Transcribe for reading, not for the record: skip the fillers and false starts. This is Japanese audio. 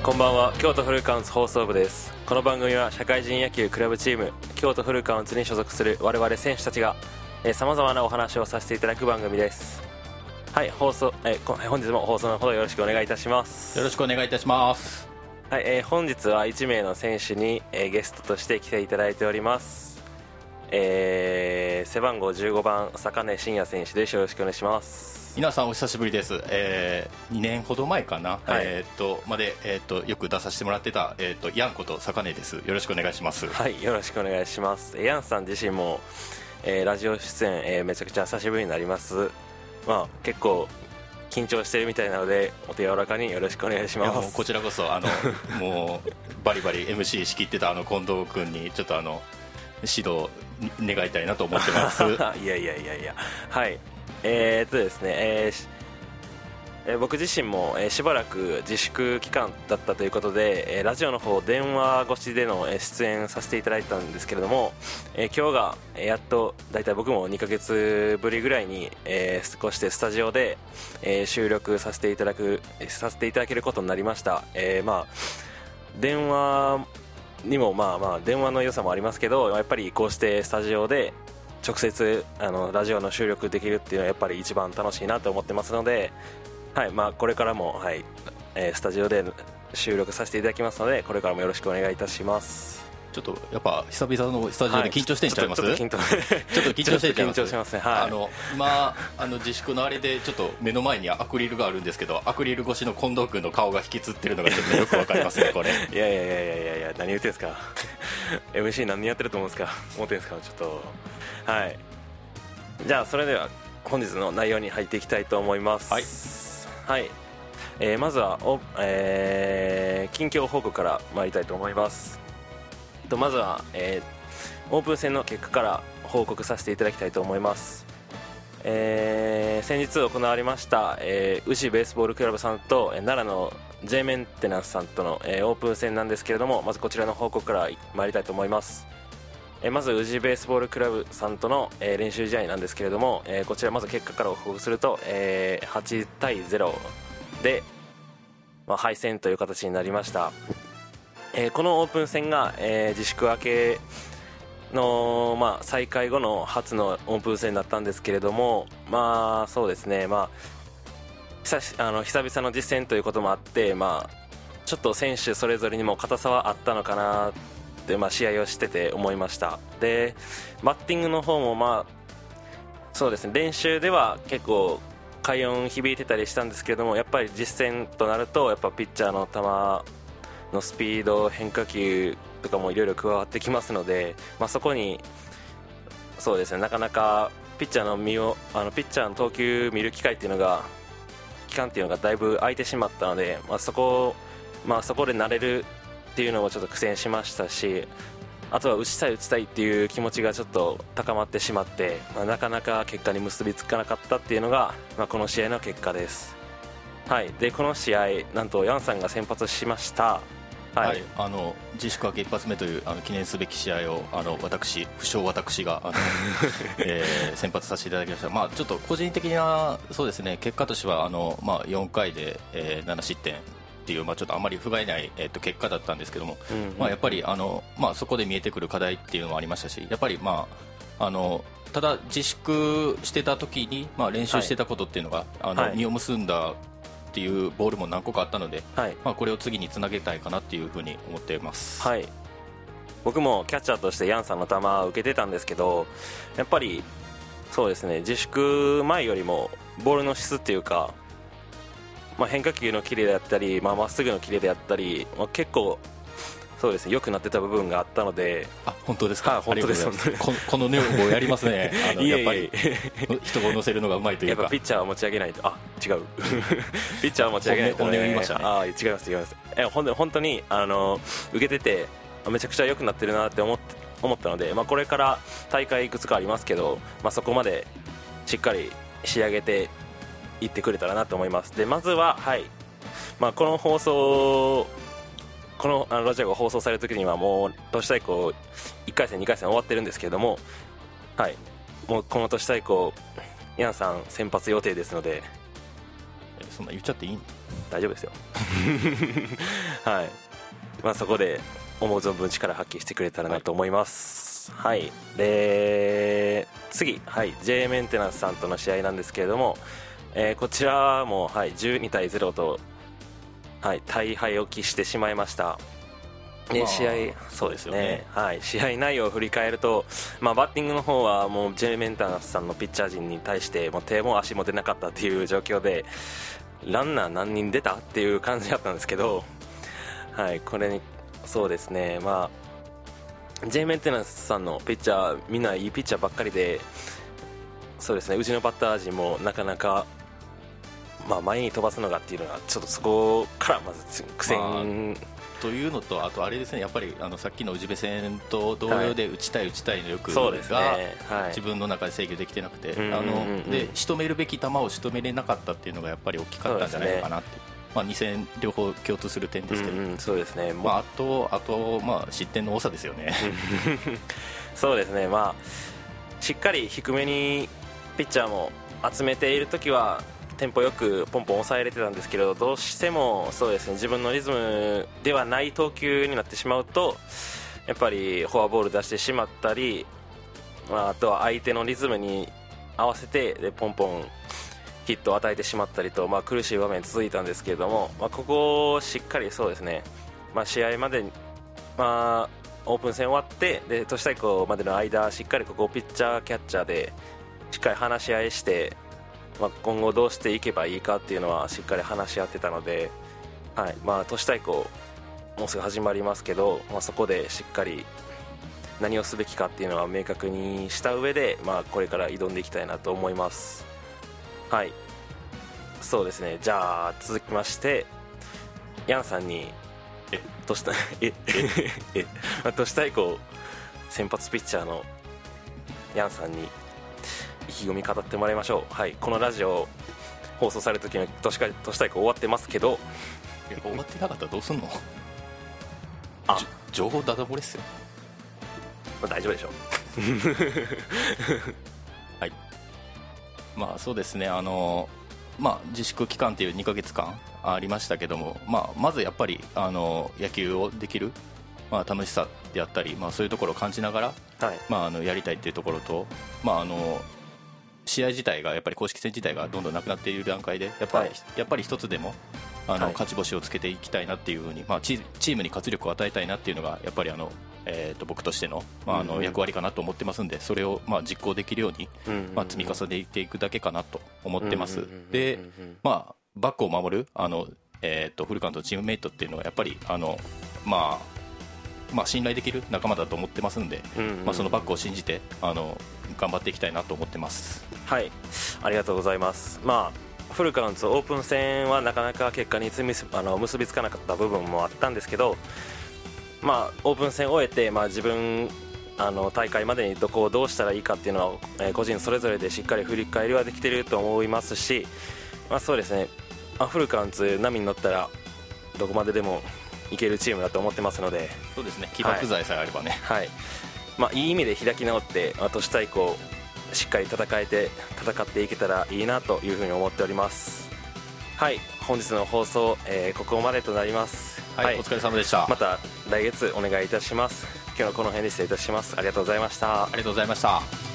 こんばんは。京都フルカウンツ放送部です。この番組は社会人野球クラブチーム京都フルカウンツに所属する我々選手たちがさまざまなお話をさせていただく番組です。はい、本日も放送のほどよろしくお願いいたします。 よろしくお願いいたします。 はい、本日は1名の選手に、ゲストとして来ていただいております。背番号15番坂根真也選手です。よろしくお願いします。 皆さんお久しぶりです。2年ほど前かな、 はい、 よく出させてもらってた、ヤンこと坂根です。よろしくお願いします。 はい、よろしくお願いします。ヤンさん自身も、ラジオ出演、めちゃくちゃ久しぶりになります。結構緊張してるみたいなのでお手柔らかによろしくお願いします。 もうこちらこそもうバリバリ MC 仕切ってた近藤君にちょっと指導願いたいなと思ってます。 いやはいですね、僕自身も、しばらく自粛期間だったということで、ラジオの方電話越しでの出演させていただいたんですけれども、今日がやっとだいたい僕も2ヶ月ぶりぐらいに、少しスタジオで、収録させていただけることになりました。電話にも電話の良さもありますけど、やっぱりこうしてスタジオで直接ラジオの収録できるっていうのはやっぱり一番楽しいなと思ってますので、はい、これからも、はい、スタジオで収録させていただきますので、これからもよろしくお願いいたします。 ちょっとやっぱ久々のスタジオで緊張してんちゃいます？ ちょっと緊張してんちゃいます？緊張しますね。はい。 今自粛のあれでちょっと目の前にアクリルがあるんですけど、アクリル越しの近藤君の顔が引きつってるのがちょっとよくわかりますねこれ。 いや何言ってんすか。MC 何やってると思うんですか。思ってんすか。ちょっとはい。じゃあそれでは本日の内容に入っていきたいと思います。はい。まずは近況報告から参りたいと思います。まずは、オープン戦の結果から報告させていただきたいと思います。先日行われました、宇治ベースボールクラブさんと奈良の J メンテナンスさんとの、オープン戦なんですけれども、まずこちらの報告から参りたいと思います。まず宇治ベースボールクラブさんとの、練習試合なんですけれども、こちらまず結果から報告すると、8対0で、敗戦という形になりました。このオープン戦が、自粛明けの、再開後の初のオープン戦だったんですけれども、そうですね、久々の実戦ということもあって、ちょっと選手それぞれにも硬さはあったのかなって、試合をしてて思いました。でバッティングの方もそうですね、練習では結構快音響いてたりしたんですけれども、やっぱり実戦となるとやっぱピッチャーの球のスピード、変化球とかもいろいろ加わってきますので、そこにそうですね、なかなかピッチャーの投球見る機会っていうのがだいぶ空いてしまったので、そこで慣れるっていうのもちょっと苦戦しましたし、あとは打ちたいっていう気持ちがちょっと高まってしまって、なかなか結果に結びつかなかったっていうのが、この試合の結果です。はい。でこの試合なんとヤンさんが先発しました。はい、 自粛明け一発目という記念すべき試合を私が先発させていただきました。ちょっと個人的なそうですね、結果としては4回で、7失点っていう、ちょっとあんまり不甲斐ない、結果だったんですけども、やっぱりそこで見えてくる課題っていうのもありましたし、やっぱりただ自粛してた時に、練習してたことっていうのが、実を結んだっていうボールも何個かあったので、これを次につなげたいかなっていうふうに思っています。 はい、僕もキャッチャーとしてヤンさんの球を受けてたんですけど、やっぱりそうですね、自粛前よりもボールの質っていうか、変化球のキレであったり、まっすぐのキレであったり、結構そうですね、良くなってた部分があったので。 本当ですか。 本当です。 このネオもやりますね。やっぱり人を乗せるのがうまいというか、 やっぱピッチャーを持ち上げないと。違うピッチャーを持ち上げないと、 本音を言いましたね。 違います。本当に受けててめちゃくちゃ良くなってるなって思ったので、これから大会いくつかありますけど、そこまでしっかり仕上げていってくれたらなと思います。でまずは、この放送、ラジオが放送される時にはもう都市対抗1回戦2回戦終わってるんですけれども、もうこの都市対抗ヤンさん先発予定ですので。 そんな言っちゃっていいの？ 大丈夫ですよはい、まあ、そこで思う存分力発揮してくれたらなと思います。はい、で次、はい、J メンテナンスさんとの試合なんですけれども、こちらも、はい、12対0と、はい、大敗を喫してしまいました。で試合、そうですね、はい、試合内容を振り返ると、バッティングの方はもう J メンテナンスさんのピッチャー陣に対してもう手も足も出なかったっていう状況で、ランナー何人出たっていう感じだったんですけど、はい、これにそうですね、J メンテナンスさんのピッチャーみんないいピッチャーばっかりで、そうですね、うちのバッター陣もなかなか、前に飛ばすのがっていうのがちょっとそこからまず苦戦、 というのと、あとあれですね、やっぱりさっきの宇治部戦と同様で打ちたいの力が自分の中で制御できてなくて、で仕留めるべき球を仕留めれなかったっていうのがやっぱり大きかったんじゃないかなって、2戦両方共通する点ですけど、 そうですね、 あと失点の多さですよねそうですね、しっかり低めにピッチャーも集めているときはテンポよくポンポン抑えれてたんですけど、どうしてもそうですね、自分のリズムではない投球になってしまうとやっぱりフォアボール出してしまったり、あとは相手のリズムに合わせてでポンポンヒットを与えてしまったりと、苦しい場面続いたんですけれども、ここをしっかりそうですね、試合までに、オープン戦終わってで都市対抗までの間、しっかりここをピッチャーキャッチャーでしっかり話し合いして、今後どうしていけばいいかっていうのはしっかり話し合ってたので、はい、都市対抗もうすぐ始まりますけど、そこでしっかり何をすべきかっていうのは明確にした上で、これから挑んでいきたいなと思います。はい、そうですね、じゃあ続きましてヤンさんに都市対抗先発ピッチャーのヤンさんに意気込み語ってもらいましょう。はい、このラジオ放送される時に都市対抗終わってますけど、 終わってなかったらどうすんの？情報ダダ漏れっすよ。 大丈夫でしょはい、そうですね、自粛期間という2ヶ月間ありましたけども、まずやっぱり野球をできる、楽しさであったり、そういうところを感じながら、やりたいっていうところと、試合自体がやっぱり公式戦自体がどんどんなくなっている段階でやっぱり一つでも勝ち星をつけていきたいなっていうふうに、チームに活力を与えたいなっていうのがやっぱり僕としての、役割かなと思ってますんで、それを実行できるように、積み重ねていくだけかなと思ってます。で、バックを守るフルカウントのチームメイトっていうのはやっぱり信頼できる仲間だと思ってますんで、そのバックを信じて頑張っていきたいなと思ってます。 はい、ありがとうございます。フルカウントオープン戦はなかなか結果に結びつかなかった部分もあったんですけど、オープン戦を終えて、自分大会までにどこをどうしたらいいかっていうのは、個人それぞれでしっかり振り返りはできていると思いますし、そうですね、フルカウント波に乗ったらどこまででもいけるチームだと思ってますので、 そうですね、起爆剤さえあればね、 いい意味で開き直って都市対抗しっかり戦っていけたらいいなというふうに思っております。はい、本日の放送、ここまでとなります。 お疲れ様でした。 また来月お願いいたします。今日のこの辺で失礼いたします。ありがとうございました。 ありがとうございました。